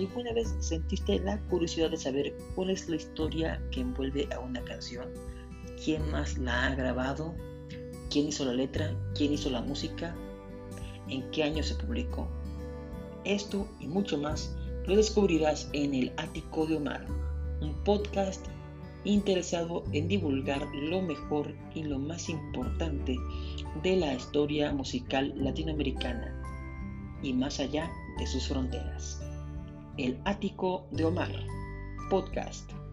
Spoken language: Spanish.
¿Alguna vez sentiste la curiosidad de saber cuál es la historia que envuelve a una canción? ¿Quién más la ha grabado? ¿Quién hizo la letra? ¿Quién hizo la música? ¿En qué año se publicó? Esto y mucho más lo descubrirás en El Ático de Omar, un podcast interesado en divulgar lo mejor y lo más importante de la historia musical latinoamericana y más allá de sus fronteras. El Ático de Omar, podcast.